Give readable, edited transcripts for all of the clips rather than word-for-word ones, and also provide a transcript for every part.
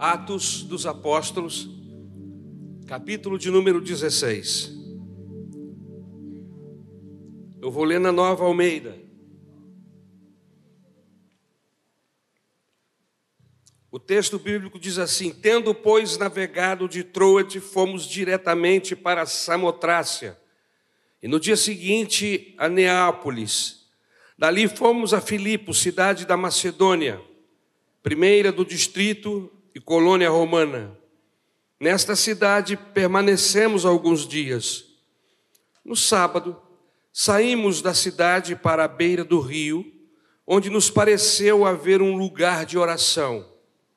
Atos dos Apóstolos, capítulo de número 16. Eu vou ler na Nova Almeida. O texto bíblico diz assim: tendo, pois, navegado de Troade, fomos diretamente para Samotrácia, e no dia seguinte a Neápolis. Dali fomos a Filipos, cidade da Macedônia, primeira do distrito e colônia romana. Nesta cidade permanecemos alguns dias. No sábado, saímos da cidade para a beira do rio, onde nos pareceu haver um lugar de oração.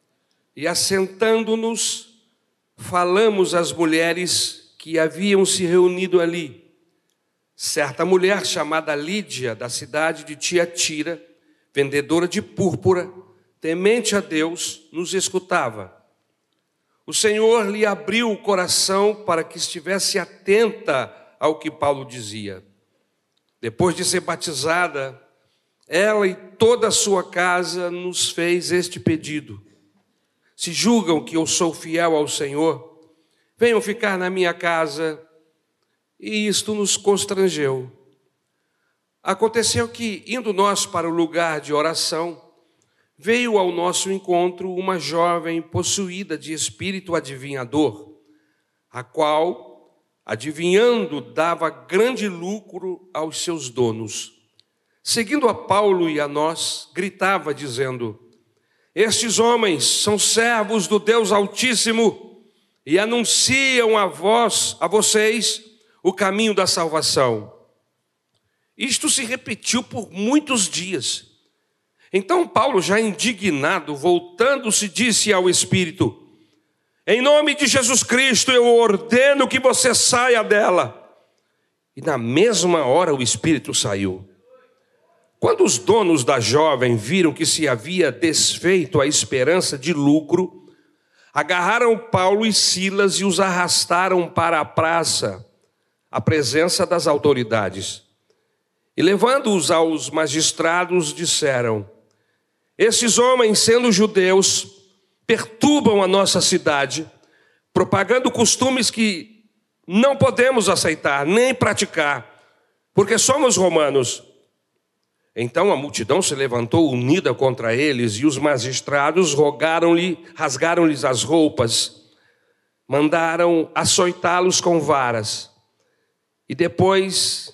E assentando-nos, falamos às mulheres que haviam se reunido ali. Certa mulher chamada Lídia, da cidade de Tiatira, vendedora de púrpura, temente a Deus, nos escutava. O Senhor lhe abriu o coração para que estivesse atenta ao que Paulo dizia. Depois de ser batizada, ela e toda a sua casa nos fez este pedido: se julgam que eu sou fiel ao Senhor, venham ficar na minha casa. E isto nos constrangeu. Aconteceu que, indo nós para o lugar de oração, veio ao nosso encontro uma jovem possuída de espírito adivinhador, a qual, adivinhando, dava grande lucro aos seus donos. Seguindo a Paulo e a nós, gritava dizendo: estes homens são servos do Deus Altíssimo e anunciam a vocês o caminho da salvação. Isto se repetiu por muitos dias. Então Paulo, já indignado, voltando-se, disse ao Espírito: em nome de Jesus Cristo eu ordeno que você saia dela. E na mesma hora o Espírito saiu. Quando os donos da jovem viram que se havia desfeito a esperança de lucro, agarraram Paulo e Silas e os arrastaram para a praça, à presença das autoridades. E levando-os aos magistrados, disseram: esses homens, sendo judeus, perturbam a nossa cidade, propagando costumes que não podemos aceitar, nem praticar, porque somos romanos. Então a multidão se levantou unida contra eles, e os magistrados rasgaram-lhes as roupas, mandaram açoitá-los com varas, e depois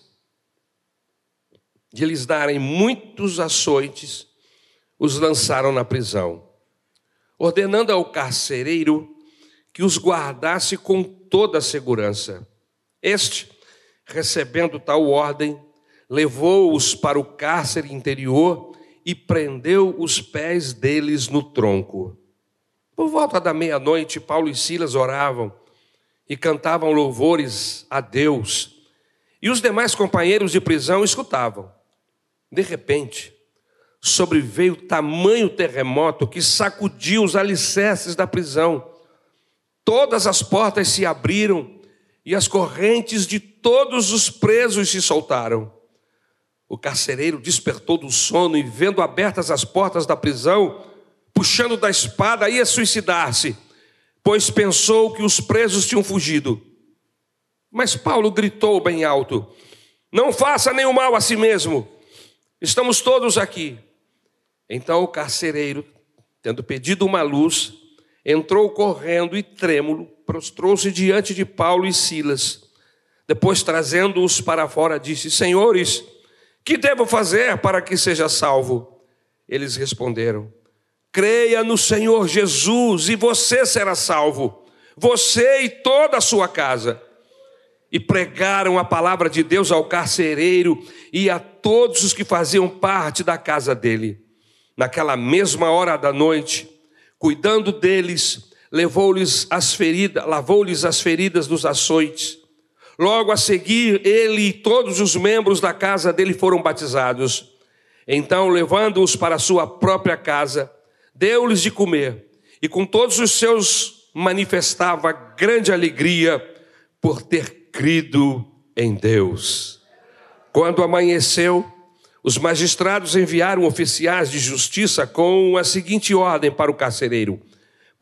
de lhes darem muitos açoites, os lançaram na prisão, ordenando ao carcereiro que os guardasse com toda a segurança. Este, recebendo tal ordem, levou-os para o cárcere interior e prendeu os pés deles no tronco. Por volta da meia-noite, Paulo e Silas oravam e cantavam louvores a Deus, e os demais companheiros de prisão escutavam. De repente, sobreveio tamanho terremoto que sacudiu os alicerces da prisão. Todas as portas se abriram e as correntes de todos os presos se soltaram. O carcereiro despertou do sono e, vendo abertas as portas da prisão, puxando da espada, ia suicidar-se, pois pensou que os presos tinham fugido. Mas Paulo gritou bem alto: não faça nenhum mal a si mesmo, estamos todos aqui. Então o carcereiro, tendo pedido uma luz, entrou correndo e trêmulo, prostrou-se diante de Paulo e Silas. Depois, trazendo-os para fora, disse: senhores, que devo fazer para que seja salvo? Eles responderam: creia no Senhor Jesus e você será salvo, você e toda a sua casa. E pregaram a palavra de Deus ao carcereiro e a todos os que faziam parte da casa dele. Naquela mesma hora da noite, cuidando deles, lavou-lhes as feridas dos açoites. Logo a seguir, ele e todos os membros da casa dele foram batizados. Então, levando-os para a sua própria casa, deu-lhes de comer, e com todos os seus manifestava grande alegria por ter crido em Deus. Quando amanheceu, os magistrados enviaram oficiais de justiça com a seguinte ordem para o carcereiro: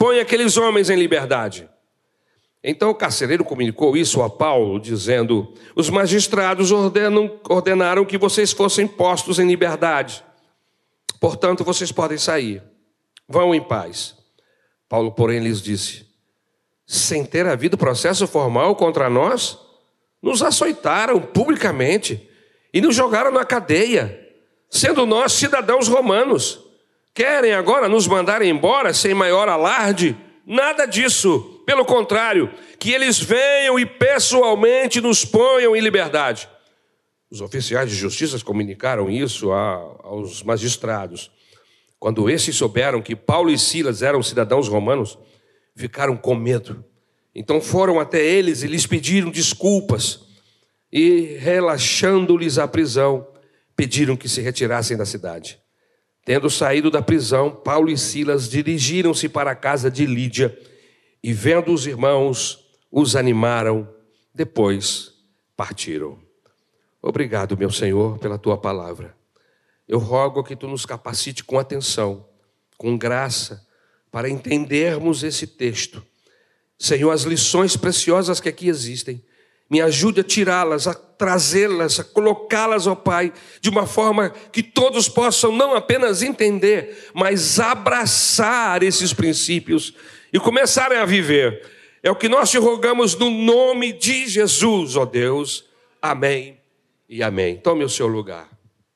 põe aqueles homens em liberdade. Então o carcereiro comunicou isso a Paulo, dizendo: os magistrados ordenaram que vocês fossem postos em liberdade. Portanto, vocês podem sair. Vão em paz. Paulo, porém, lhes disse: sem ter havido processo formal contra nós, nos açoitaram publicamente e nos jogaram na cadeia, sendo nós cidadãos romanos. Querem agora nos mandar embora sem maior alarde? Nada disso. Pelo contrário, que eles venham e pessoalmente nos ponham em liberdade. Os oficiais de justiça comunicaram isso aos magistrados. Quando esses souberam que Paulo e Silas eram cidadãos romanos, ficaram com medo. Então foram até eles e lhes pediram desculpas. E, relaxando-lhes a prisão, pediram que se retirassem da cidade. Tendo saído da prisão, Paulo e Silas dirigiram-se para a casa de Lídia e, vendo os irmãos, os animaram. Depois partiram. Obrigado, meu Senhor, pela tua palavra. Eu rogo que tu nos capacite com atenção, com graça, para entendermos esse texto. Senhor, as lições preciosas que aqui existem, me ajude a tirá-las, a trazê-las, a colocá-las, ó Pai, de uma forma que todos possam não apenas entender, mas abraçar esses princípios e começarem a viver. É o que nós te rogamos no nome de Jesus, ó Deus. Amém e amém. Tome o seu lugar.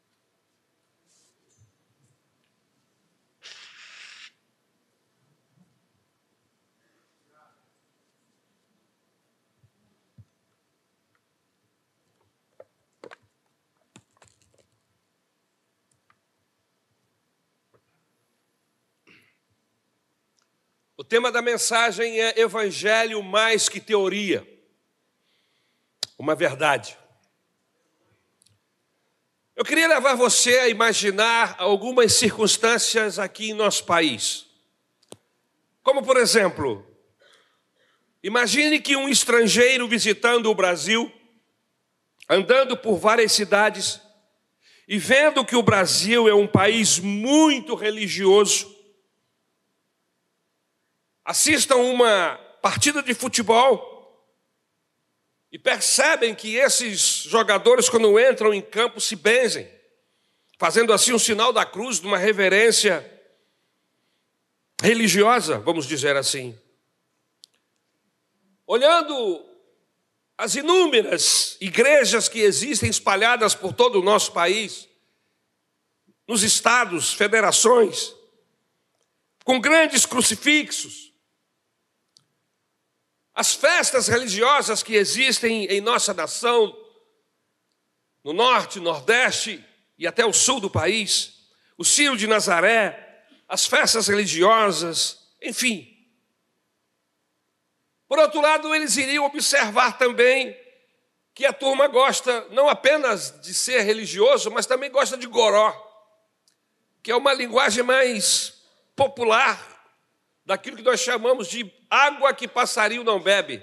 O tema da mensagem é Evangelho mais que teoria. Uma verdade. Eu queria levar você a imaginar algumas circunstâncias aqui em nosso país. Como, por exemplo, imagine que um estrangeiro visitando o Brasil, andando por várias cidades e vendo que o Brasil é um país muito religioso, assistam uma partida de futebol e percebem que esses jogadores, quando entram em campo, se benzem, fazendo assim um sinal da cruz, de uma reverência religiosa, vamos dizer assim. Olhando as inúmeras igrejas que existem espalhadas por todo o nosso país, nos estados, federações, com grandes crucifixos, as festas religiosas que existem em nossa nação, no norte, nordeste e até o sul do país, o Círio de Nazaré, as festas religiosas, enfim. Por outro lado, eles iriam observar também que a turma gosta não apenas de ser religioso, mas também gosta de goró, que é uma linguagem mais popular daquilo que nós chamamos de água que passarinho não bebe.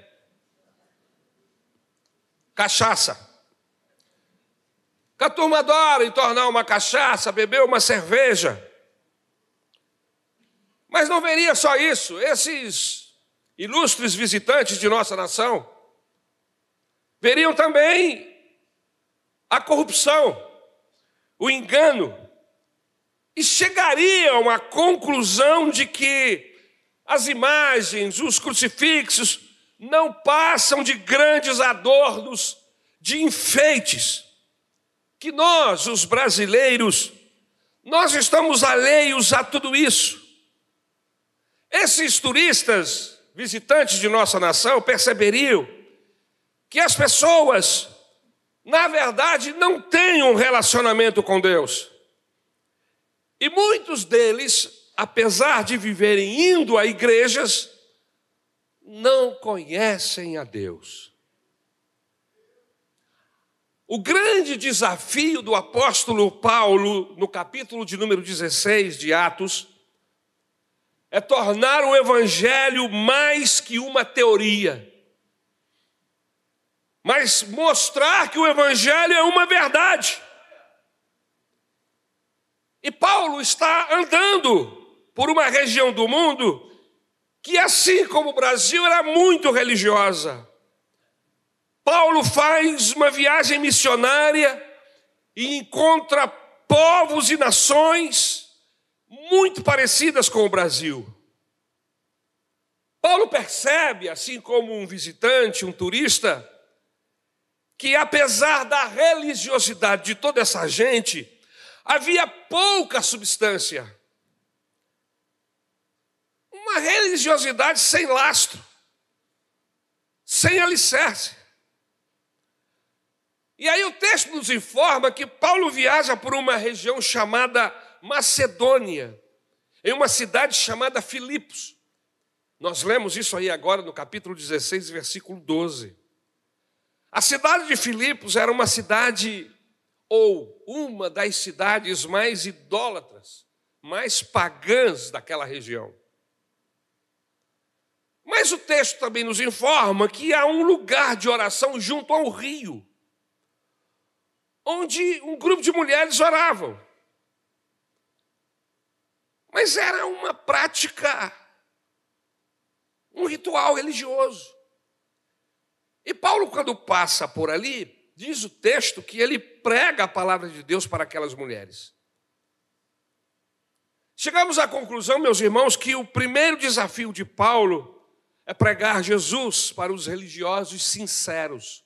Cachaça. Que a turma adora entornar uma cachaça, beber uma cerveja. Mas não veria só isso. Esses ilustres visitantes de nossa nação veriam também a corrupção, o engano, e chegariam à conclusão de que as imagens, os crucifixos, não passam de grandes adornos, de enfeites, que nós, os brasileiros, nós estamos alheios a tudo isso. Esses turistas, visitantes de nossa nação, perceberiam que as pessoas, na verdade, não têm um relacionamento com Deus. E muitos deles, apesar de viverem indo a igrejas, não conhecem a Deus. O grande desafio do apóstolo Paulo, no capítulo de número 16 de Atos, é tornar o evangelho mais que uma teoria, mas mostrar que o evangelho é uma verdade. E Paulo está andando por uma região do mundo assim como o Brasil era muito religiosa, Paulo faz uma viagem missionária e encontra povos e nações muito parecidas com o Brasil. Paulo percebe, assim como um visitante, um turista, que apesar da religiosidade de toda essa gente, havia pouca substância. Uma religiosidade sem lastro, sem alicerce. E aí o texto nos informa que Paulo viaja por uma região chamada Macedônia, em uma cidade chamada Filipos. Nós lemos isso aí agora no capítulo 16, versículo 12. A cidade de Filipos era uma cidade, ou uma das cidades mais idólatras, mais pagãs daquela região. Mas o texto também nos informa que há um lugar de oração junto ao rio, onde um grupo de mulheres oravam. Mas era uma prática, um ritual religioso. E Paulo, quando passa por ali, diz o texto que ele prega a palavra de Deus para aquelas mulheres. Chegamos à conclusão, meus irmãos, que o primeiro desafio de Paulo é pregar Jesus para os religiosos sinceros.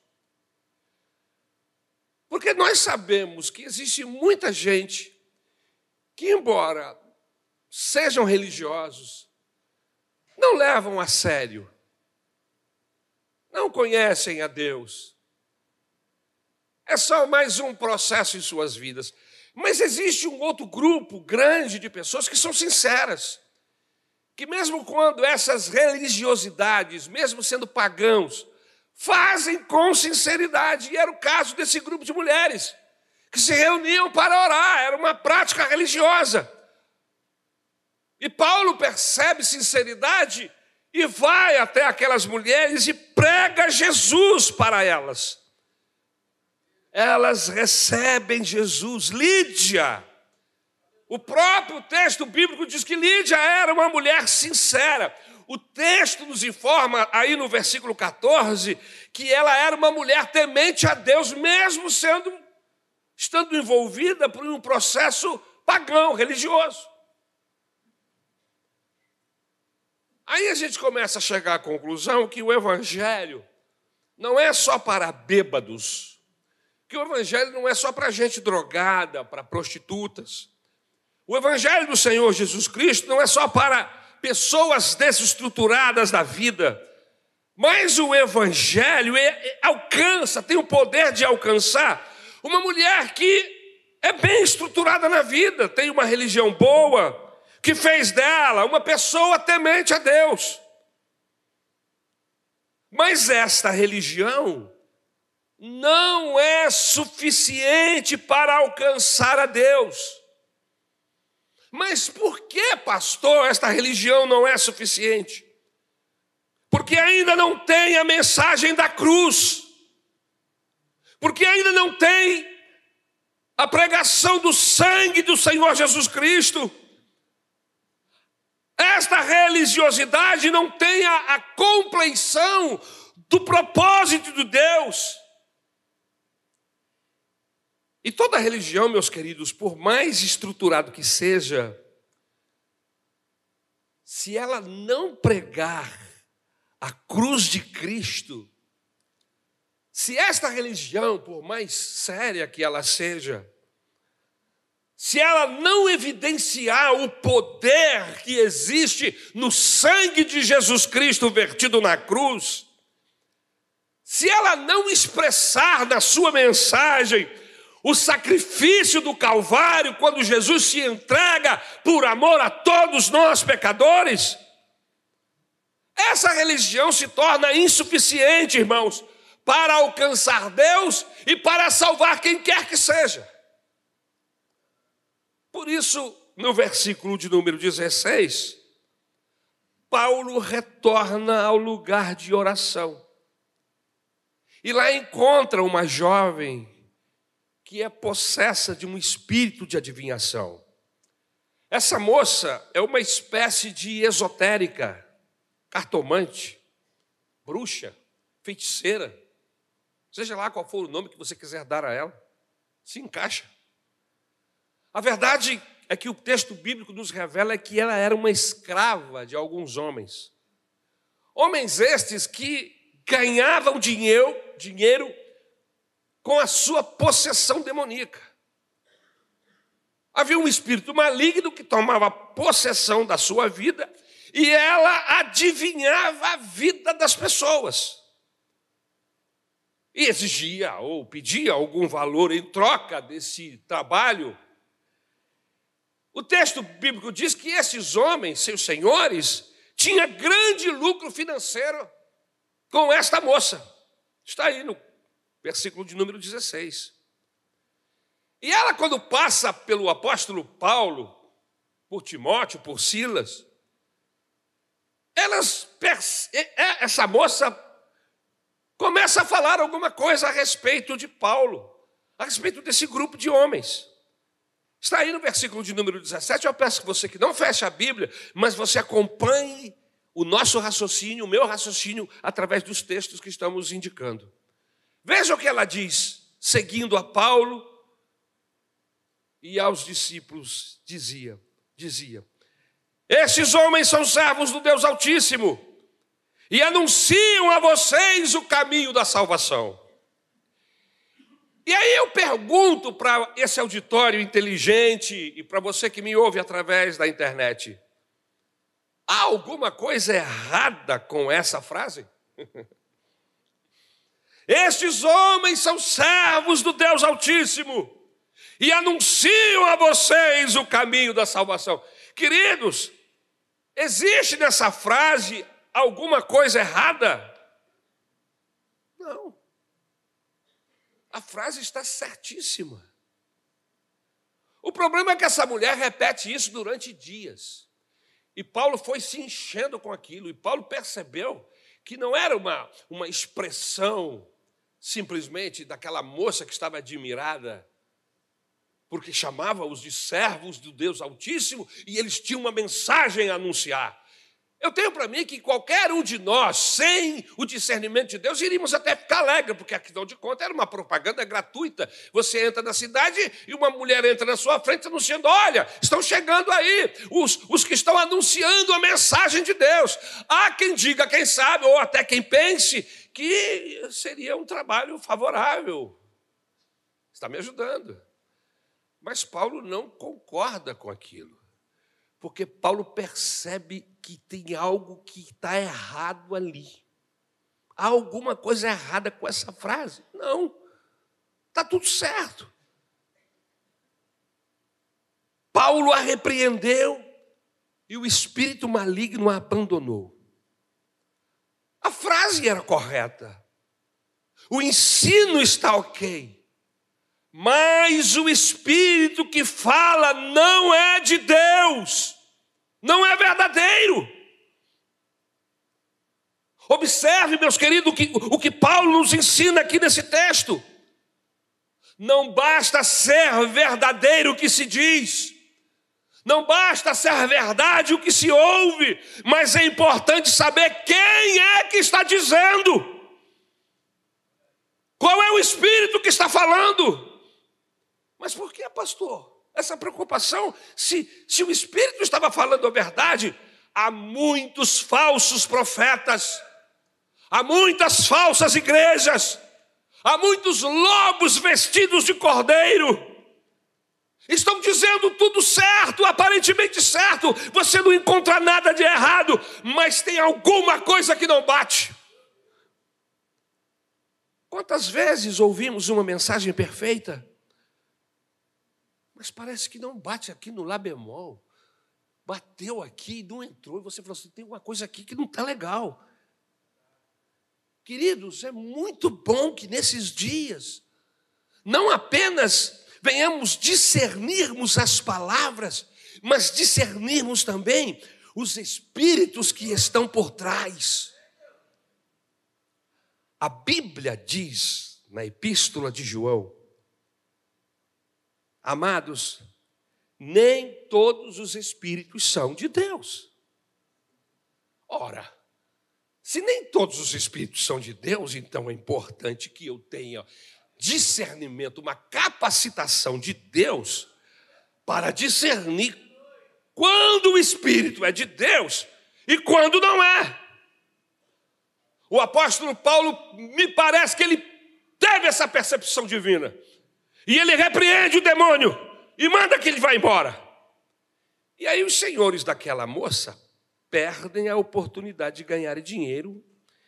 Porque nós sabemos que existe muita gente que, embora sejam religiosos, não levam a sério, não conhecem a Deus. É só mais um processo em suas vidas. Mas existe um outro grupo grande de pessoas que são sinceras, que mesmo quando essas religiosidades, mesmo sendo pagãos, fazem com sinceridade. E era o caso desse grupo de mulheres, que se reuniam para orar, era uma prática religiosa. E Paulo percebe sinceridade e vai até aquelas mulheres e prega Jesus para elas. Elas recebem Jesus. Lídia, o próprio texto bíblico diz que Lídia era uma mulher sincera. O texto nos informa aí no versículo 14 que ela era uma mulher temente a Deus, mesmo estando envolvida por um processo pagão, religioso. Aí a gente começa a chegar à conclusão que o evangelho não é só para bêbados, que o evangelho não é só para gente drogada, para prostitutas. O evangelho do Senhor Jesus Cristo não é só para pessoas desestruturadas da vida, mas o evangelho alcança, tem o poder de alcançar uma mulher que é bem estruturada na vida, tem uma religião boa, que fez dela uma pessoa temente a Deus. Mas esta religião não é suficiente para alcançar a Deus. Mas por que, pastor, esta religião não é suficiente? Porque ainda não tem a mensagem da cruz. Porque ainda não tem a pregação do sangue do Senhor Jesus Cristo. Esta religiosidade não tem a compreensão do propósito de Deus. E toda religião, meus queridos, por mais estruturado que seja, se ela não pregar a cruz de Cristo, se esta religião, por mais séria que ela seja, se ela não evidenciar o poder que existe no sangue de Jesus Cristo vertido na cruz, se ela não expressar na sua mensagem o sacrifício do Calvário, quando Jesus se entrega por amor a todos nós pecadores, essa religião se torna insuficiente, irmãos, para alcançar Deus e para salvar quem quer que seja. Por isso, no versículo de número 16, Paulo retorna ao lugar de oração. E lá encontra uma jovem que é possessa de um espírito de adivinhação. Essa moça é uma espécie de esotérica, cartomante, bruxa, feiticeira, seja lá qual for o nome que você quiser dar a ela, se encaixa. A verdade é que o texto bíblico nos revela que ela era uma escrava de alguns homens. Homens estes que ganhavam dinheiro com a sua possessão demoníaca. Havia um espírito maligno que tomava possessão da sua vida e ela adivinhava a vida das pessoas. E exigia ou pedia algum valor em troca desse trabalho. O texto bíblico diz que esses homens, seus senhores, tinham grande lucro financeiro com esta moça. Está aí no versículo de número 16. E ela, quando passa pelo apóstolo Paulo, por Timóteo, por Silas, essa moça começa a falar alguma coisa a respeito de Paulo, a respeito desse grupo de homens. Está aí no versículo de número 17, eu peço que você que não feche a Bíblia, mas você acompanhe o nosso raciocínio, o meu raciocínio, através dos textos que estamos indicando. Veja o que ela diz, seguindo a Paulo e aos discípulos, dizia: estes homens são servos do Deus Altíssimo e anunciam a vocês o caminho da salvação. E aí eu pergunto para esse auditório inteligente e para você que me ouve através da internet: há alguma coisa errada com essa frase? Estes homens são servos do Deus Altíssimo e anunciam a vocês o caminho da salvação. Queridos, existe nessa frase alguma coisa errada? Não. A frase está certíssima. O problema é que essa mulher repete isso durante dias. E Paulo foi se enchendo com aquilo. E Paulo percebeu que não era uma expressão simplesmente daquela moça que estava admirada, porque chamava-os de servos do Deus Altíssimo e eles tinham uma mensagem a anunciar. Eu tenho para mim que qualquer um de nós, sem o discernimento de Deus, iríamos até ficar alegre, porque, afinal de contas, era uma propaganda gratuita. Você entra na cidade e uma mulher entra na sua frente anunciando: olha, estão chegando aí os que estão anunciando a mensagem de Deus. Há quem diga, quem sabe, ou até quem pense que seria um trabalho favorável. Está me ajudando. Mas Paulo não concorda com aquilo, porque Paulo percebe que tem algo que está errado ali. Há alguma coisa errada com essa frase? Não, está tudo certo. Paulo a repreendeu e o espírito maligno a abandonou. A frase era correta, o ensino está ok. Mas o Espírito que fala não é de Deus, não é verdadeiro. Observe, meus queridos, o que Paulo nos ensina aqui nesse texto. Não basta ser verdadeiro o que se diz, não basta ser verdade o que se ouve, mas é importante saber quem é que está dizendo. Qual é o Espírito que está falando? Mas por que, pastor, essa preocupação? Se o Espírito estava falando a verdade, há muitos falsos profetas, há muitas falsas igrejas, há muitos lobos vestidos de cordeiro. Estão dizendo tudo certo, aparentemente certo, você não encontra nada de errado, mas tem alguma coisa que não bate. Quantas vezes ouvimos uma mensagem perfeita, mas parece que não bate aqui no Lá bemol. Bateu aqui e não entrou. E você falou assim: tem uma coisa aqui que não está legal. Queridos, é muito bom que nesses dias não apenas venhamos discernirmos as palavras, mas discernirmos também os espíritos que estão por trás. A Bíblia diz, na Epístola de João: amados, nem todos os espíritos são de Deus. Ora, Se nem todos os espíritos são de Deus, então é importante que eu tenha discernimento, uma capacitação de Deus para discernir quando o espírito é de Deus e quando não é. O apóstolo Paulo, me parece que ele teve essa percepção divina. E ele repreende o demônio e manda que ele vá embora. E aí os senhores daquela moça perdem a oportunidade de ganhar dinheiro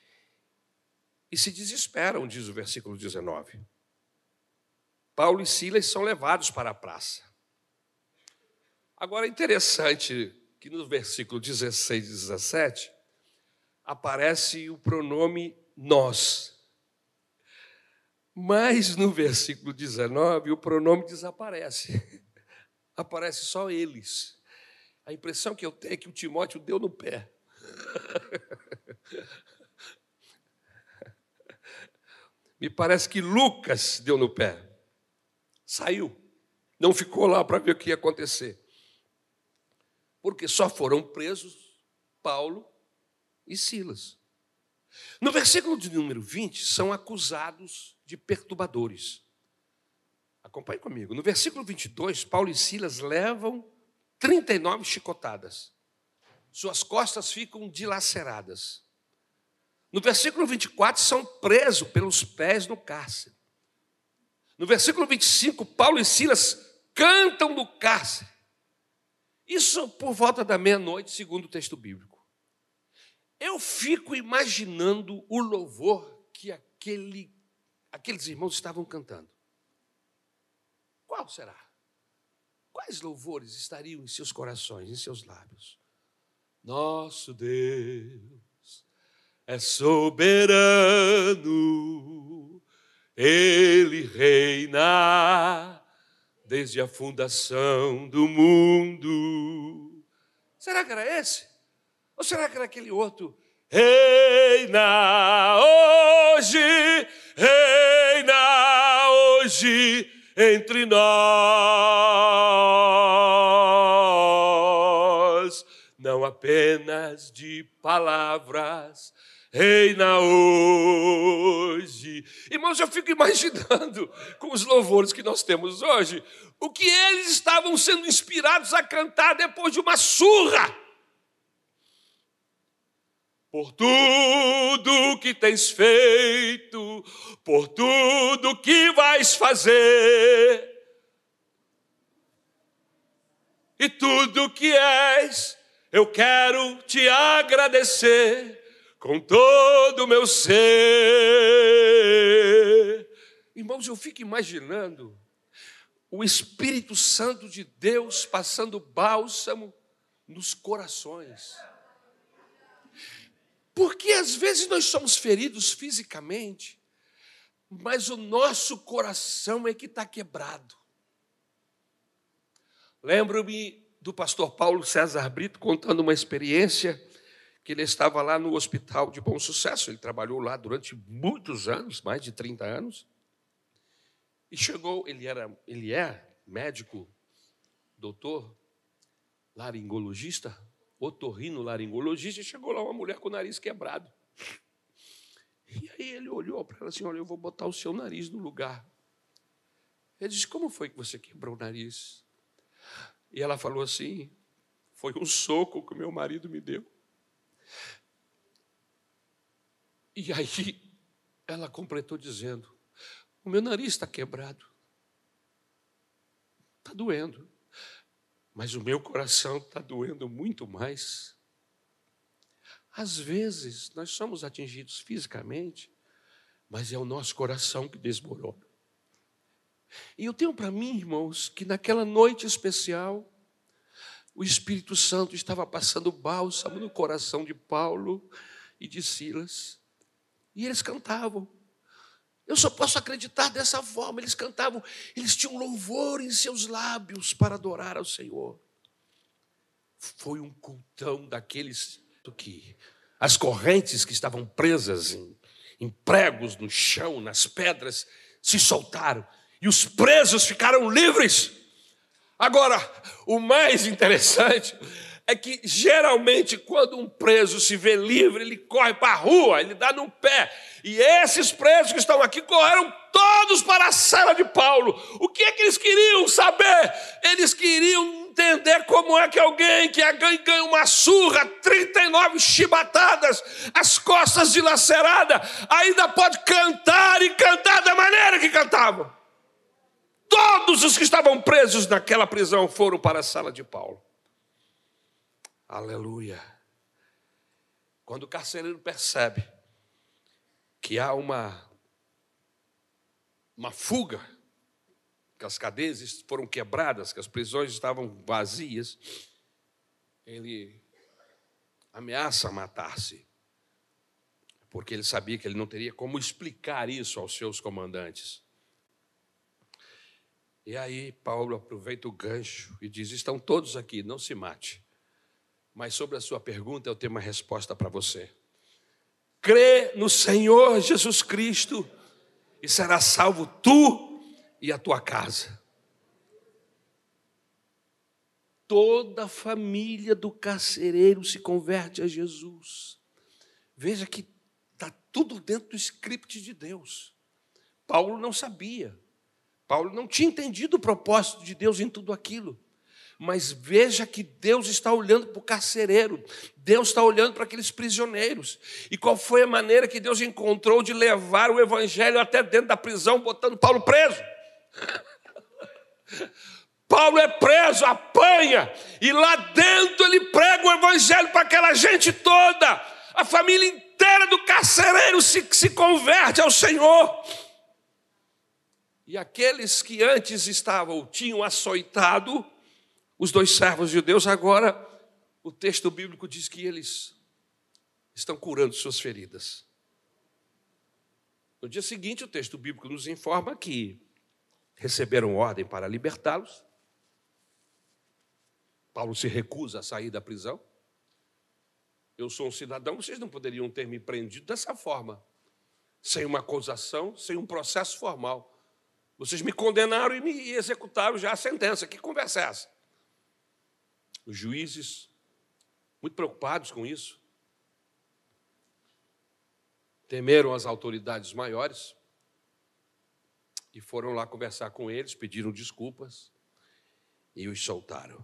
e se desesperam, diz o versículo 19. Paulo e Silas são levados para a praça. Agora é interessante que no versículo 16 e 17 aparece o pronome nós. Mas no versículo 19 o pronome desaparece. Aparece só eles. A impressão que eu tenho é que o Timóteo deu no pé. Me parece que Lucas deu no pé. Saiu. Não ficou lá para ver o que ia acontecer. Porque só foram presos Paulo e Silas. No versículo de número 20, são acusados de perturbadores. Acompanhe comigo. No versículo 22, Paulo e Silas levam 39 chicotadas. Suas costas ficam dilaceradas. No versículo 24, são presos pelos pés no cárcere. No versículo 25, Paulo e Silas cantam no cárcere. Isso por volta da meia-noite, segundo o texto bíblico. Eu fico imaginando o louvor que aqueles irmãos estavam cantando. Qual será? Quais louvores estariam em seus corações, em seus lábios? Nosso Deus é soberano, Ele reina desde a fundação do mundo. Será que era esse? Ou será que era aquele outro? Reina hoje entre nós, não apenas de palavras, reina hoje. Irmãos, eu fico imaginando com os louvores que nós temos hoje, o que eles estavam sendo inspirados a cantar depois de uma surra. Por tudo que tens feito, por tudo que vais fazer, e tudo que és, eu quero te agradecer com todo o meu ser. Irmãos, eu fico imaginando o Espírito Santo de Deus passando bálsamo nos corações. Porque às vezes nós somos feridos fisicamente, mas o nosso coração é que está quebrado. Lembro-me do pastor Paulo César Brito contando uma experiência que ele estava lá no Hospital de Bom Sucesso. Ele trabalhou lá durante muitos anos, mais de 30 anos. E chegou, ele é médico, doutor, laringologista, otorrinolaringologista, e chegou lá uma mulher com o nariz quebrado. E aí ele olhou para ela assim, olha, eu vou botar o seu nariz no lugar. Ele disse, como foi que você quebrou o nariz? E ela falou assim, foi um soco que o meu marido me deu. E aí ela completou dizendo, o meu nariz está quebrado, está doendo. Mas o meu coração está doendo muito mais. Às vezes, nós somos atingidos fisicamente, mas é o nosso coração que desmorona. E eu tenho para mim, irmãos, que naquela noite especial, o Espírito Santo estava passando bálsamo no coração de Paulo e de Silas. E eles cantavam. Eu só posso acreditar dessa forma. Eles cantavam, eles tinham louvor em seus lábios para adorar ao Senhor. Foi um cultão daqueles que as correntes que estavam presas em pregos no chão, nas pedras, se soltaram. E os presos ficaram livres. Agora, o mais interessante é que geralmente quando um preso se vê livre, ele corre para a rua, ele dá no pé. E esses presos que estão aqui correram todos para a cela de Paulo. O que é que eles queriam saber? Eles queriam entender como é que alguém que ganha uma surra, 39 chibatadas, as costas dilaceradas, ainda pode cantar e cantar da maneira que cantavam. Todos os que estavam presos naquela prisão foram para a sala de Paulo. Aleluia. Quando o carcereiro percebe que há uma fuga, que as cadeias foram quebradas, que as prisões estavam vazias, ele ameaça matar-se, porque ele sabia que ele não teria como explicar isso aos seus comandantes. E aí Paulo aproveita o gancho e diz: estão todos aqui, não se mate. Mas sobre a sua pergunta, eu tenho uma resposta para você. Crê no Senhor Jesus Cristo e será salvo tu e a tua casa. Toda a família do carcereiro se converte a Jesus. Veja que está tudo dentro do script de Deus. Paulo não sabia. Paulo não tinha entendido o propósito de Deus em tudo aquilo. Mas veja que Deus está olhando para o carcereiro, Deus está olhando para aqueles prisioneiros. E qual foi a maneira que Deus encontrou de levar o evangelho até dentro da prisão, botando Paulo preso? Paulo é preso, apanha, e lá dentro ele prega o evangelho para aquela gente toda. A família inteira do carcereiro se converte ao Senhor. E aqueles que antes tinham açoitado os dois servos de Deus, agora o texto bíblico diz que eles estão curando suas feridas. No dia seguinte, o texto bíblico nos informa que receberam ordem para libertá-los. Paulo se recusa a sair da prisão. Eu sou um cidadão, vocês não poderiam ter me prendido dessa forma, sem uma acusação, sem um processo formal. Vocês me condenaram e me executaram já a sentença. Que conversa é essa? Os juízes, muito preocupados com isso, temeram as autoridades maiores e foram lá conversar com eles, pediram desculpas e os soltaram.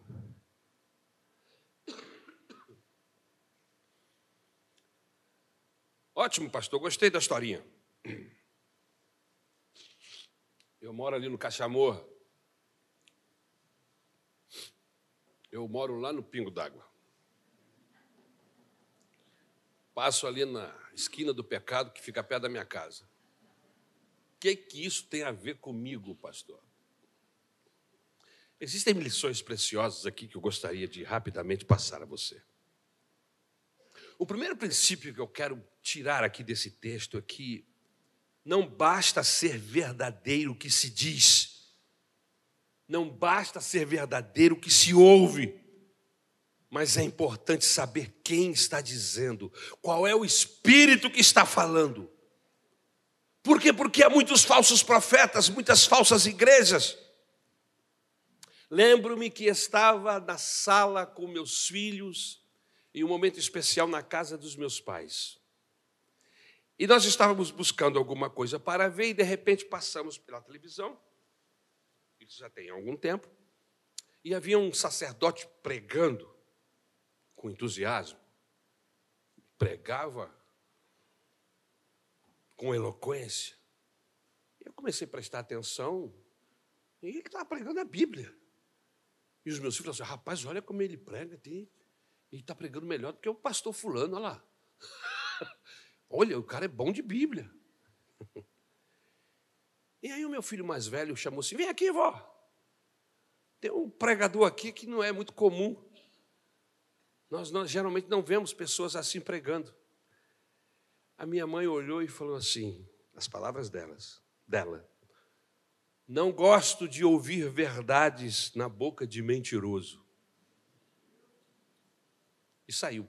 Ótimo, pastor, gostei da historinha. Eu moro ali no Cachamor. Eu moro lá no Pingo d'Água. Passo ali na esquina do pecado, que fica perto da minha casa. O que isso tem a ver comigo, pastor? Existem lições preciosas aqui que eu gostaria de rapidamente passar a você. O primeiro princípio que eu quero tirar aqui desse texto é que não basta ser verdadeiro o que se diz. Não basta ser verdadeiro o que se ouve, mas é importante saber quem está dizendo, qual é o espírito que está falando. Por quê? Porque há muitos falsos profetas, muitas falsas igrejas. Lembro-me que estava na sala com meus filhos, em um momento especial na casa dos meus pais. E nós estávamos buscando alguma coisa para ver e de repente passamos pela televisão. Isso já tem algum tempo, e havia um sacerdote pregando com entusiasmo, pregava com eloquência. Eu comecei a prestar atenção, e ele estava pregando a Bíblia. E os meus filhos falaram assim: rapaz, olha como ele prega, ele está pregando melhor do que o pastor fulano, olha lá. Olha, o cara é bom de Bíblia. E aí o meu filho mais velho chamou assim: vem aqui, vó. Tem um pregador aqui que não é muito comum. Nós geralmente não vemos pessoas assim pregando. A minha mãe olhou e falou assim, as palavras dela: não gosto de ouvir verdades na boca de mentiroso. E saiu.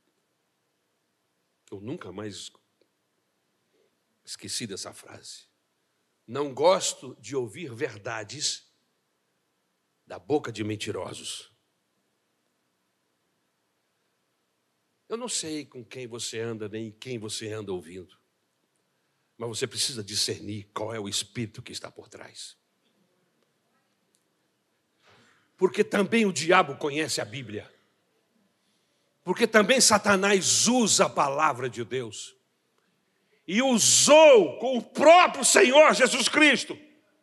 Eu nunca mais esqueci dessa frase. Não gosto de ouvir verdades da boca de mentirosos. Eu não sei com quem você anda, nem quem você anda ouvindo, mas você precisa discernir qual é o espírito que está por trás. Porque também o diabo conhece a Bíblia. Porque também Satanás usa a palavra de Deus. E usou com o próprio Senhor Jesus Cristo.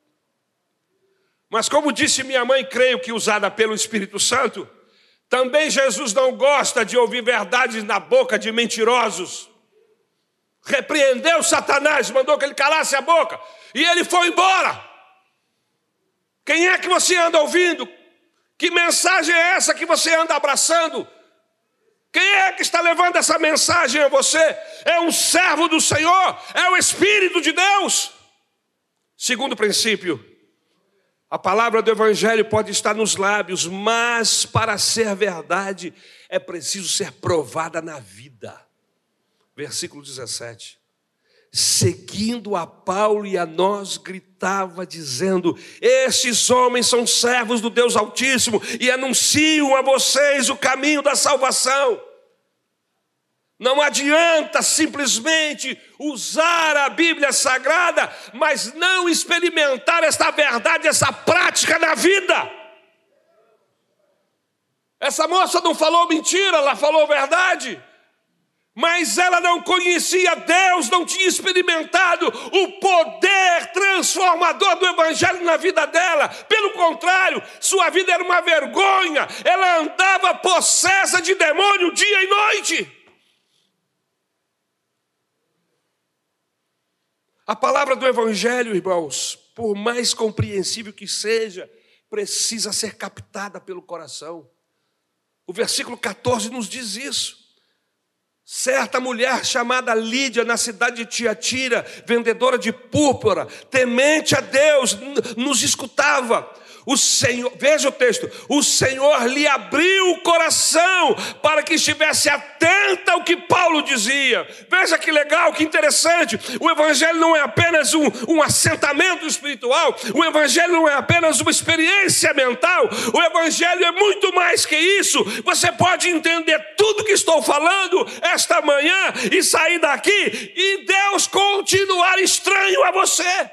Mas como disse minha mãe, creio que usada pelo Espírito Santo, também Jesus não gosta de ouvir verdades na boca de mentirosos. Repreendeu Satanás, mandou que ele calasse a boca, e ele foi embora. Quem é que você anda ouvindo? Que mensagem é essa que você anda abraçando? Quem é que está levando essa mensagem a você? É um servo do Senhor, é o Espírito de Deus. Segundo princípio, a palavra do Evangelho pode estar nos lábios, mas para ser verdade é preciso ser provada na vida. Versículo 17. Seguindo a Paulo e a nós, gritava dizendo: estes homens são servos do Deus Altíssimo e anunciam a vocês o caminho da salvação. Não adianta simplesmente usar a Bíblia Sagrada, mas não experimentar esta verdade, essa prática na vida. Essa moça não falou mentira, ela falou verdade. Mas ela não conhecia Deus, não tinha experimentado o poder transformador do Evangelho na vida dela. Pelo contrário, sua vida era uma vergonha. Ela andava possessa de demônio dia e noite. A palavra do Evangelho, irmãos, por mais compreensível que seja, precisa ser captada pelo coração. O versículo 14 nos diz isso. Certa mulher chamada Lídia, na cidade de Tiatira, vendedora de púrpura, temente a Deus, nos escutava. O Senhor, veja o texto, o Senhor lhe abriu o coração para que estivesse atenta ao que Paulo dizia. Veja que legal, que interessante. O Evangelho não é apenas um assentamento espiritual, o Evangelho não é apenas uma experiência mental, o Evangelho é muito mais que isso. Você pode entender tudo que estou falando esta manhã e sair daqui e Deus continuar estranho a você.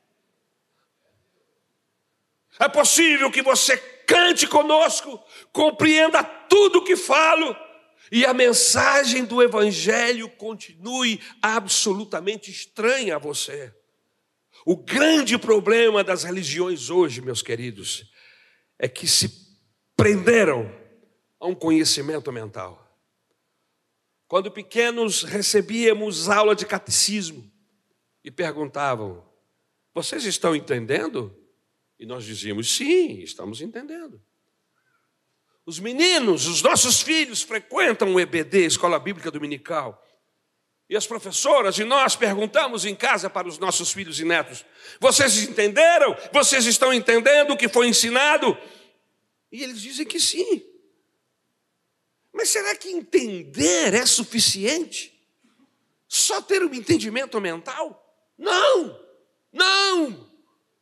É possível que você cante conosco, compreenda tudo o que falo, e a mensagem do Evangelho continue absolutamente estranha a você. O grande problema das religiões hoje, meus queridos, é que se prenderam a um conhecimento mental. Quando pequenos recebíamos aula de catecismo e perguntavam: vocês estão entendendo? E nós dizíamos: sim, estamos entendendo. Os meninos, os nossos filhos frequentam o EBD, Escola Bíblica Dominical. E as professoras e nós perguntamos em casa para os nossos filhos e netos: vocês entenderam? Vocês estão entendendo o que foi ensinado? E eles dizem que sim. Mas será que entender é suficiente? Só ter um entendimento mental? Não, não.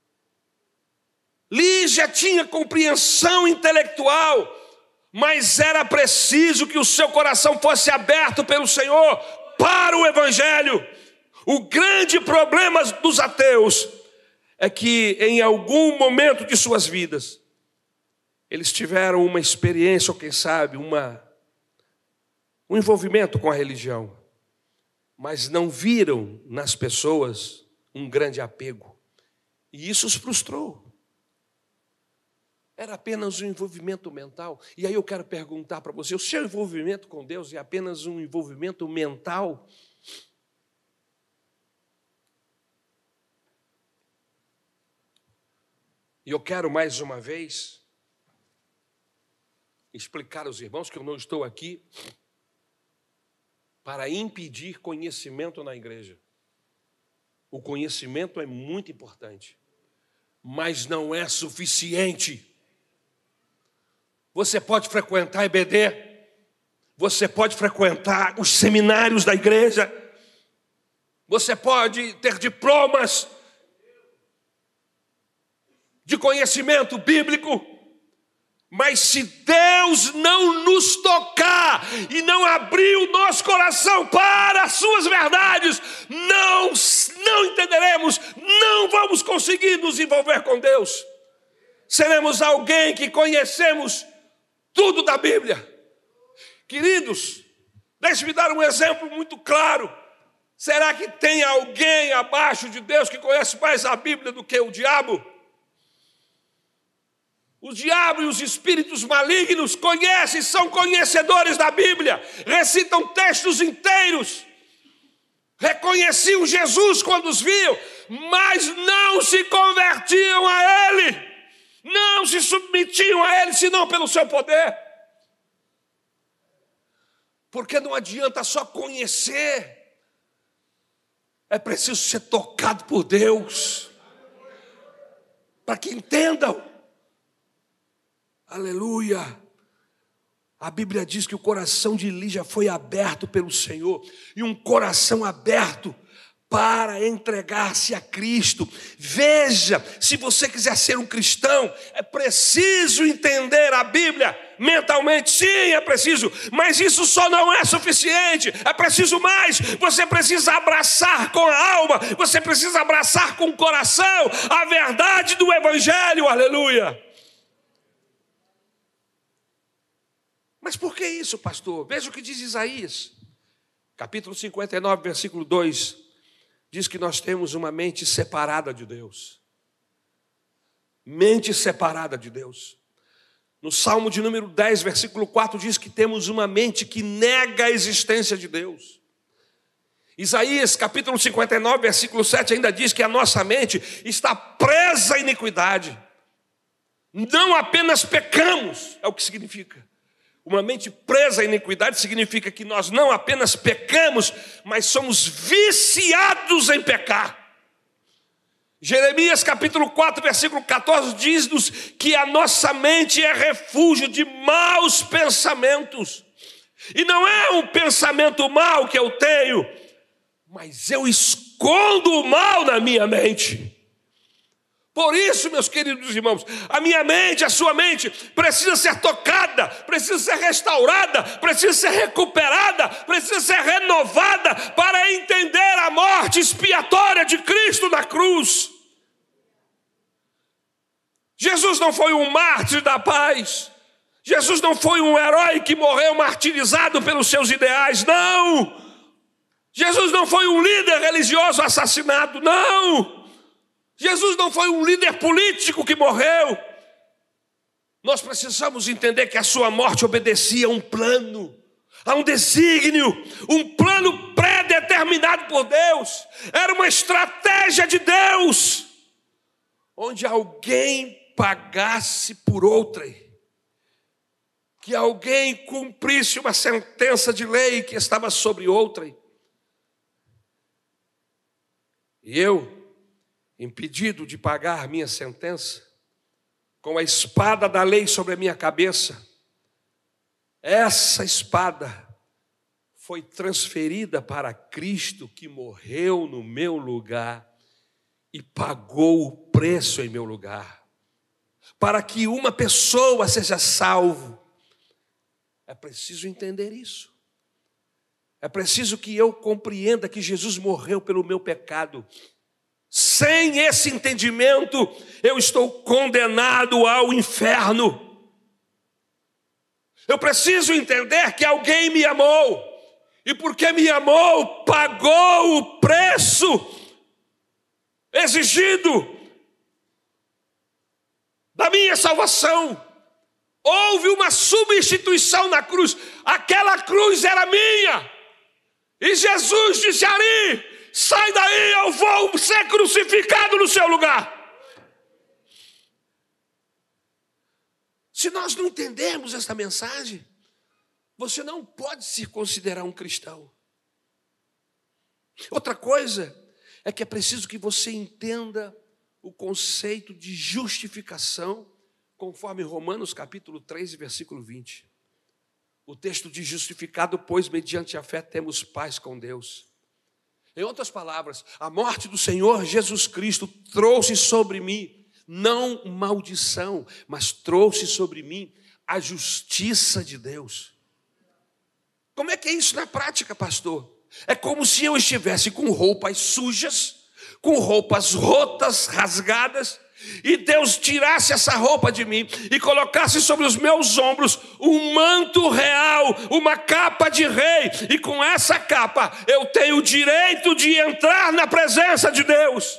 Lígia tinha compreensão intelectual, mas era preciso que o seu coração fosse aberto pelo Senhor para o Evangelho. O grande problema dos ateus é que em algum momento de suas vidas, eles tiveram uma experiência, ou quem sabe, um envolvimento com a religião, mas não viram nas pessoas um grande apego. E isso os frustrou. Era apenas um envolvimento mental. E aí eu quero perguntar para você: o seu envolvimento com Deus é apenas um envolvimento mental? E eu quero mais uma vez explicar aos irmãos que eu não estou aqui para impedir conhecimento na igreja. O conhecimento é muito importante, mas não é suficiente. Você pode frequentar EBD, você pode frequentar os seminários da igreja, você pode ter diplomas de conhecimento bíblico, Mas se Deus não nos tocar e não abrir o nosso coração para as suas verdades, não entenderemos, não vamos conseguir nos envolver com Deus. Seremos alguém que conhecemos tudo da Bíblia. Queridos, deixe-me dar um exemplo muito claro. Será que tem alguém abaixo de Deus que conhece mais a Bíblia do que o diabo? O diabo e os espíritos malignos conhecem, são conhecedores da Bíblia, recitam textos inteiros, reconheciam Jesus quando os viam, mas não se convertiam a Ele, não se submetiam a Ele, senão pelo seu poder. Porque não adianta só conhecer, é preciso ser tocado por Deus, para que entendam. Aleluia! A Bíblia diz que o coração de Lígia foi aberto pelo Senhor, e um coração aberto para entregar-se a Cristo. Veja, se você quiser ser um cristão, é preciso entender a Bíblia mentalmente, sim, é preciso, mas isso só não é suficiente, é preciso mais. Você precisa abraçar com a alma, você precisa abraçar com o coração a verdade do Evangelho, aleluia. Mas por que isso, pastor? Veja o que diz Isaías, capítulo 59, versículo 2, diz que nós temos uma mente separada de Deus. Mente separada de Deus. No Salmo de número 10, versículo 4, diz que temos uma mente que nega a existência de Deus. Isaías, capítulo 59, versículo 7, ainda diz que a nossa mente está presa à iniquidade. Não apenas pecamos, é o que significa. Uma mente presa à iniquidade significa que nós não apenas pecamos, mas somos viciados em pecar. Jeremias capítulo 4, versículo 14 diz-nos que a nossa mente é refúgio de maus pensamentos. E não é um pensamento mau que eu tenho, mas eu escondo o mal na minha mente. Por isso, meus queridos irmãos, a minha mente, a sua mente, precisa ser tocada, precisa ser restaurada, precisa ser recuperada, precisa ser renovada para entender a morte expiatória de Cristo na cruz. Jesus não foi um mártir da paz, Jesus não foi um herói que morreu martirizado pelos seus ideais, não. Jesus não foi um líder religioso assassinado, não. Jesus não foi um líder político que morreu. Nós precisamos entender que a sua morte obedecia a um plano, a um desígnio, um plano pré-determinado por Deus. Era uma estratégia de Deus, onde alguém pagasse por outrem, que alguém cumprisse uma sentença de lei que estava sobre outrem. E eu, impedido de pagar minha sentença, com a espada da lei sobre a minha cabeça, essa espada foi transferida para Cristo, que morreu no meu lugar e pagou o preço em meu lugar, para que uma pessoa seja salvo. É preciso entender isso. É preciso que eu compreenda que Jesus morreu pelo meu pecado. Sem esse entendimento, eu estou condenado ao inferno. Eu preciso entender que alguém me amou, e porque me amou, pagou o preço exigido da minha salvação. Houve uma substituição na cruz. Aquela cruz era minha, e Jesus disse ali: sai daí, eu vou ser crucificado no seu lugar. Se nós não entendermos essa mensagem, você não pode se considerar um cristão. Outra coisa é que é preciso que você entenda o conceito de justificação, conforme Romanos capítulo 3, versículo 20. O texto diz: justificado, pois, mediante a fé temos paz com Deus. Em outras palavras, a morte do Senhor Jesus Cristo trouxe sobre mim, não maldição, mas trouxe sobre mim a justiça de Deus. Como é que é isso na prática, pastor? É como se eu estivesse com roupas sujas, com roupas rotas, rasgadas, e Deus tirasse essa roupa de mim e colocasse sobre os meus ombros um manto real, uma capa de rei, e com essa capa eu tenho o direito de entrar na presença de Deus.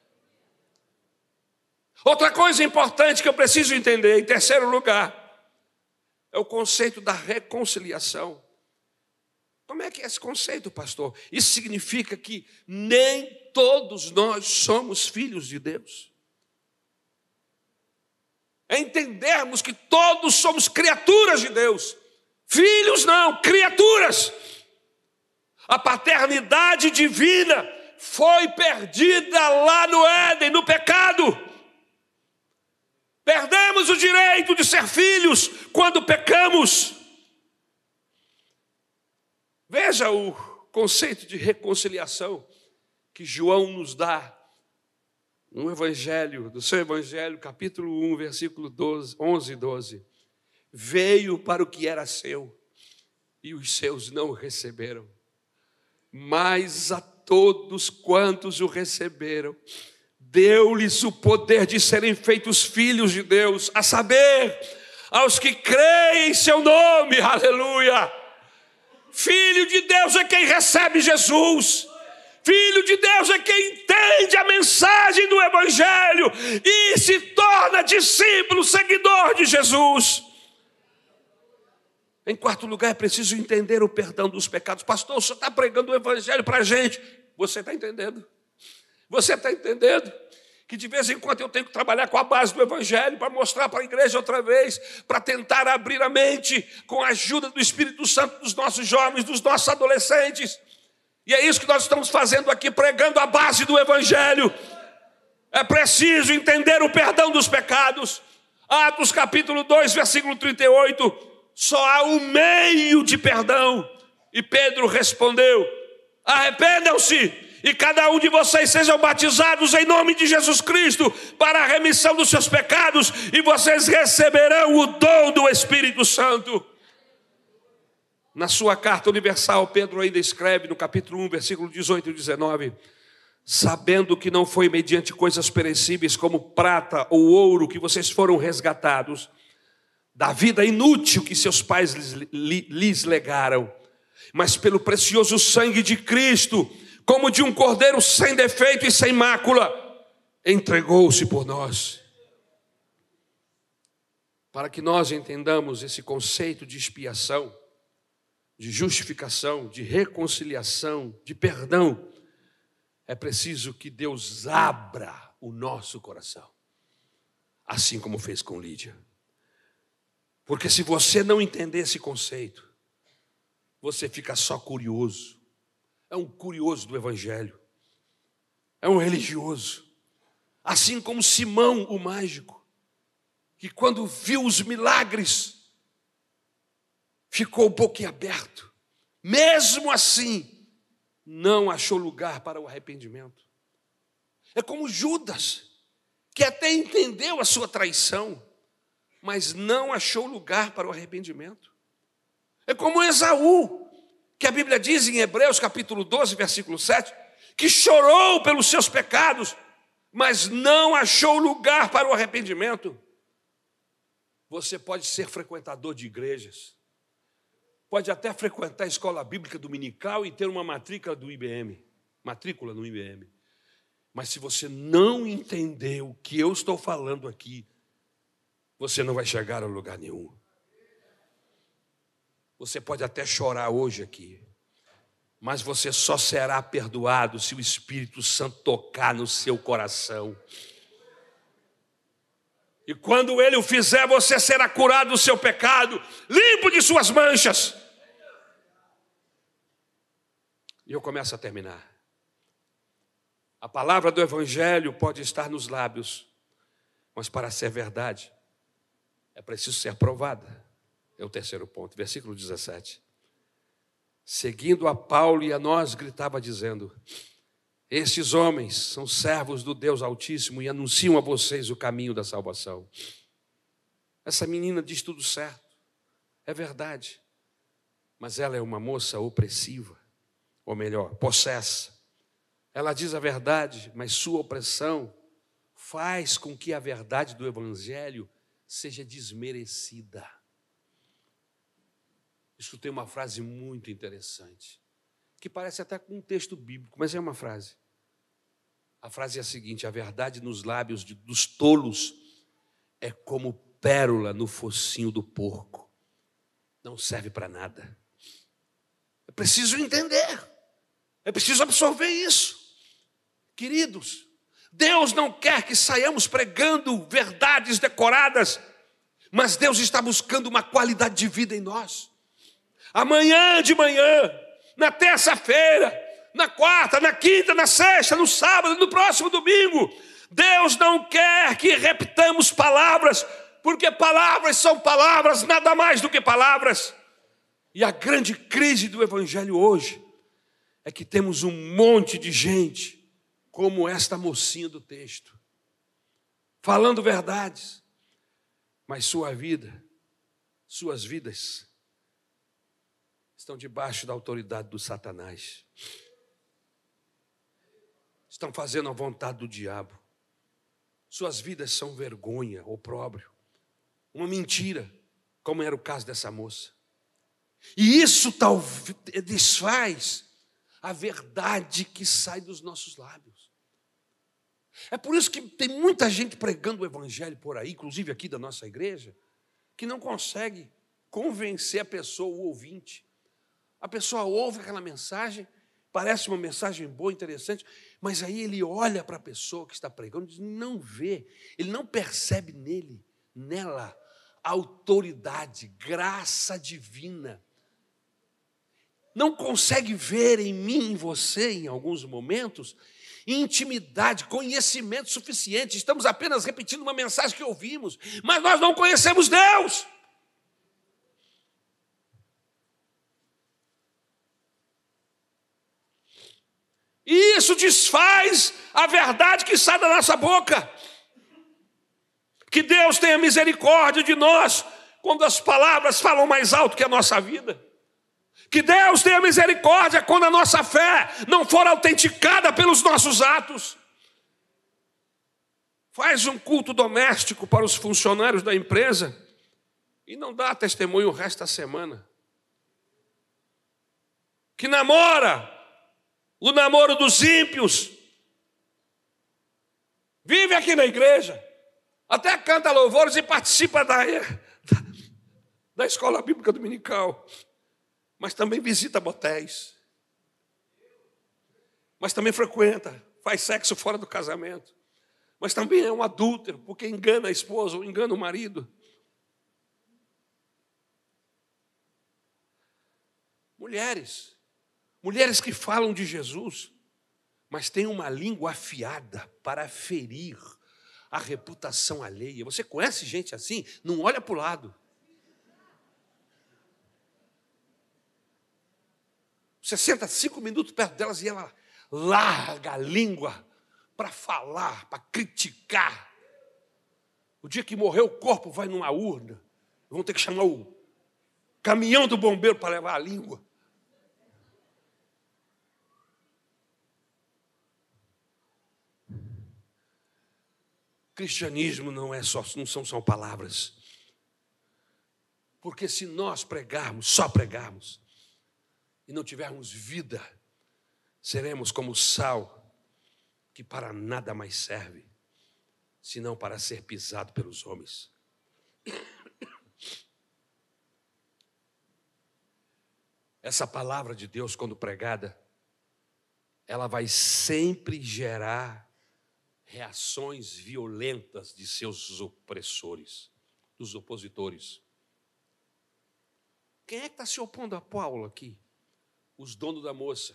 Outra coisa importante que eu preciso entender, em terceiro lugar, é o conceito da reconciliação. Como é que é esse conceito, pastor? Isso significa que nem todos nós somos filhos de Deus. É entendermos que todos somos criaturas de Deus. Filhos não, criaturas. A paternidade divina foi perdida lá no Éden, no pecado. Perdemos o direito de ser filhos quando pecamos. Veja o conceito de reconciliação que João nos dá no Evangelho, do seu Evangelho, capítulo 1, versículo 11 e 12. Veio para o que era seu, e os seus não o receberam. Mas a todos quantos o receberam, deu-lhes o poder de serem feitos filhos de Deus, a saber, aos que creem em seu nome, aleluia. Filho de Deus é quem recebe Jesus. Filho de Deus é quem entende a mensagem do Evangelho e se torna discípulo, seguidor de Jesus. Em quarto lugar, é preciso entender o perdão dos pecados. Pastor, o senhor está pregando o Evangelho para a gente. Você está entendendo? Você está entendendo? Que de vez em quando eu tenho que trabalhar com a base do Evangelho para mostrar para a igreja outra vez, para tentar abrir a mente com a ajuda do Espírito Santo dos nossos jovens, dos nossos adolescentes. E é isso que nós estamos fazendo aqui, pregando a base do Evangelho. É preciso entender o perdão dos pecados. Atos capítulo 2, versículo 38. Só há um meio de perdão. E Pedro respondeu: arrependam-se e cada um de vocês sejam batizados em nome de Jesus Cristo para a remissão dos seus pecados, e vocês receberão o dom do Espírito Santo. Na sua carta universal, Pedro ainda escreve no capítulo 1, versículo 18 e 19: sabendo que não foi mediante coisas perecíveis como prata ou ouro que vocês foram resgatados da vida inútil que seus pais lhes legaram, mas pelo precioso sangue de Cristo, como de um cordeiro sem defeito e sem mácula, entregou-se por nós. Para que nós entendamos esse conceito de expiação, de justificação, de reconciliação, de perdão, é preciso que Deus abra o nosso coração, assim como fez com Lídia. Porque se você não entender esse conceito, você fica só curioso. É um curioso do Evangelho. É um religioso. Assim como Simão, o mágico, que quando viu os milagres, ficou boquiaberto. Mesmo assim, não achou lugar para o arrependimento. É como Judas, que até entendeu a sua traição, mas não achou lugar para o arrependimento. É como Esaú, que a Bíblia diz em Hebreus capítulo 12, versículo 7, que chorou pelos seus pecados, mas não achou lugar para o arrependimento. Você pode ser frequentador de igrejas, pode até frequentar a escola bíblica dominical e ter uma matrícula no IBM, mas se você não entender o que eu estou falando aqui, você não vai chegar a lugar nenhum. Você pode até chorar hoje aqui, mas você só será perdoado se o Espírito Santo tocar no seu coração. E quando Ele o fizer, você será curado do seu pecado, limpo de suas manchas. E eu começo a terminar. A palavra do Evangelho pode estar nos lábios, mas para ser verdade, é preciso ser provada. É o terceiro ponto, versículo 17. Seguindo a Paulo e a nós, gritava dizendo: estes homens são servos do Deus Altíssimo e anunciam a vocês o caminho da salvação. Essa menina diz tudo certo, é verdade, mas ela é uma moça opressiva, ou melhor, possessa. Ela diz a verdade, mas sua opressão faz com que a verdade do Evangelho seja desmerecida. Escutei uma frase muito interessante, que parece até com um texto bíblico, mas é uma frase. A frase é a seguinte: a verdade nos lábios dos tolos é como pérola no focinho do porco. Não serve para nada. É preciso entender, é preciso absorver isso. Queridos, Deus não quer que saiamos pregando verdades decoradas, mas Deus está buscando uma qualidade de vida em nós. Amanhã de manhã, na terça-feira, na quarta, na quinta, na sexta, no sábado, no próximo domingo, Deus não quer que repitamos palavras, porque palavras são palavras, nada mais do que palavras. E a grande crise do Evangelho hoje é que temos um monte de gente como esta mocinha do texto, falando verdades, mas suas vidas estão debaixo da autoridade do Satanás. Estão fazendo a vontade do diabo. Suas vidas são vergonha, opróbrio, uma mentira, como era o caso dessa moça. E isso talvez desfaz a verdade que sai dos nossos lábios. É por isso que tem muita gente pregando o Evangelho por aí, inclusive aqui da nossa igreja, que não consegue convencer a pessoa, o ouvinte. A pessoa ouve aquela mensagem, parece uma mensagem boa, interessante, mas aí ele olha para a pessoa que está pregando e não vê, ele não percebe nela, autoridade, graça divina. Não consegue ver em mim, em você, em alguns momentos, intimidade, conhecimento suficiente. Estamos apenas repetindo uma mensagem que ouvimos, mas nós não conhecemos Deus. E isso desfaz a verdade que sai da nossa boca. Que Deus tenha misericórdia de nós quando as palavras falam mais alto que a nossa vida. Que Deus tenha misericórdia quando a nossa fé não for autenticada pelos nossos atos. Faz um culto doméstico para os funcionários da empresa e não dá testemunho o resto da semana. Que namora o namoro dos ímpios, vive aqui na igreja, até canta louvores e participa da escola bíblica dominical, mas também visita motéis, mas também frequenta, faz sexo fora do casamento, mas também é um adúltero, porque engana a esposa ou engana o marido. Mulheres que falam de Jesus, mas têm uma língua afiada para ferir a reputação alheia. Você conhece gente assim? Não olha para o lado. Você senta 5 minutos perto delas e ela larga a língua para falar, para criticar. O dia que morrer o corpo vai numa urna. Vão ter que chamar o caminhão do bombeiro para levar a língua. Cristianismo não são só palavras. Porque se nós só pregarmos, e não tivermos vida, seremos como sal, que para nada mais serve, senão para ser pisado pelos homens. Essa palavra de Deus, quando pregada, ela vai sempre gerar reações violentas de seus opressores, dos opositores. Quem é que está se opondo a Paulo aqui? Os donos da moça.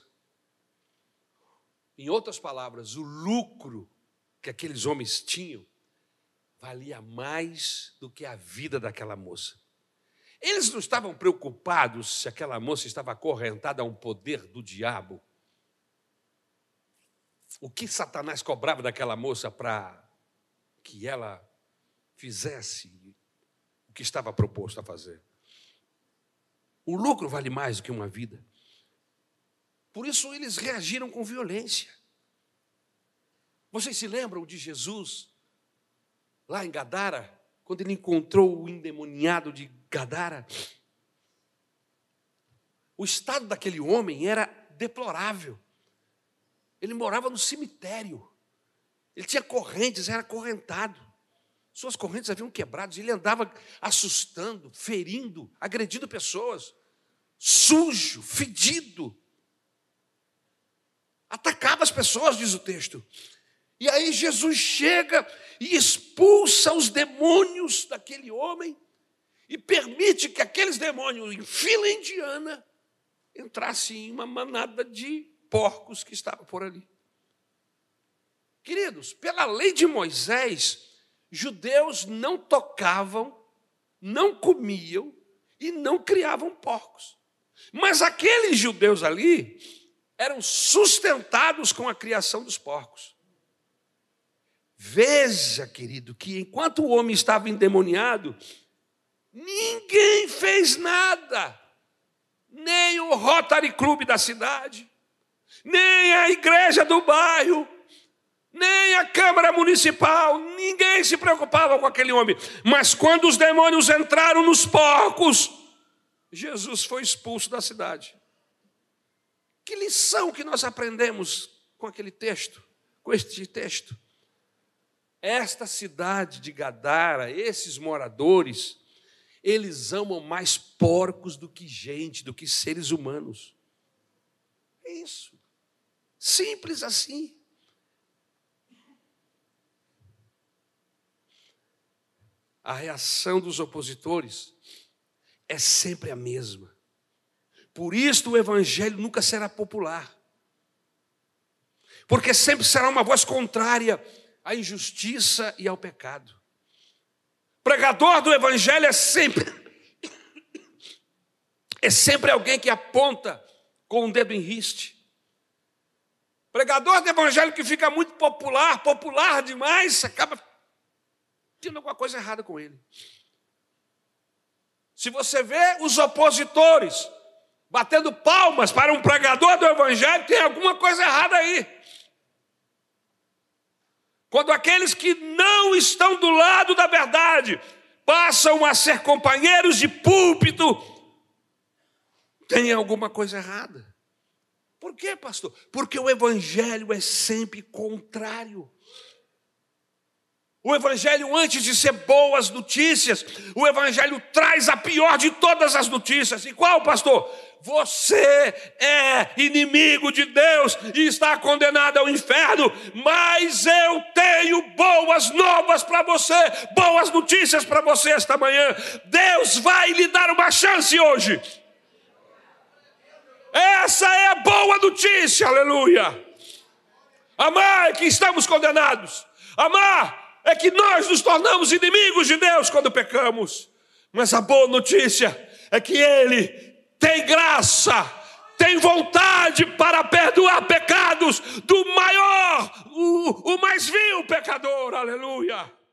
Em outras palavras, o lucro que aqueles homens tinham valia mais do que a vida daquela moça. Eles não estavam preocupados se aquela moça estava acorrentada a um poder do diabo. O que Satanás cobrava daquela moça para que ela fizesse que estava proposto a fazer. O lucro vale mais do que uma vida. Por isso eles reagiram com violência. Vocês se lembram de Jesus, lá em Gadara, quando ele encontrou o endemoniado de Gadara? O estado daquele homem era deplorável. Ele morava no cemitério. Ele tinha correntes, era acorrentado. Suas correntes haviam quebrado. Ele andava assustando, ferindo, agredindo pessoas. Sujo, fedido. Atacava as pessoas, diz o texto. E aí Jesus chega e expulsa os demônios daquele homem e permite que aqueles demônios, em fila indiana, entrassem em uma manada de porcos que estavam por ali. Queridos, pela lei de Moisés, judeus não tocavam, não comiam e não criavam porcos. Mas aqueles judeus ali eram sustentados com a criação dos porcos. Veja, querido, que enquanto o homem estava endemoniado, ninguém fez nada. Nem o Rotary Club da cidade, nem a igreja do bairro, nem a Câmara Municipal, ninguém se preocupava com aquele homem. Mas quando os demônios entraram nos porcos, Jesus foi expulso da cidade. Que lição que nós aprendemos com aquele texto, com este texto? Esta cidade de Gadara, esses moradores, eles amam mais porcos do que gente, do que seres humanos. É isso. Simples assim. A reação dos opositores é sempre a mesma. Por isso o evangelho nunca será popular. Porque sempre será uma voz contrária à injustiça e ao pecado. Pregador do evangelho é sempre alguém que aponta com um dedo em riste. Pregador do evangelho que fica muito popular demais, acaba tendo alguma coisa errada com ele. Se você vê os opositores batendo palmas para um pregador do evangelho, tem alguma coisa errada aí. Quando aqueles que não estão do lado da verdade passam a ser companheiros de púlpito, tem alguma coisa errada. Por quê, pastor? Porque o evangelho é sempre contrário. O evangelho, antes de ser boas notícias, o evangelho traz a pior de todas as notícias. E qual, pastor? Você é inimigo de Deus e está condenado ao inferno, mas eu tenho boas novas para você, boas notícias para você esta manhã. Deus vai lhe dar uma chance hoje. Essa é a boa notícia, aleluia. Amar é que estamos condenados. Amar é que nós nos tornamos inimigos de Deus quando pecamos. Mas a boa notícia é que Ele tem graça, tem vontade para perdoar pecados do maior, o mais vil pecador, aleluia.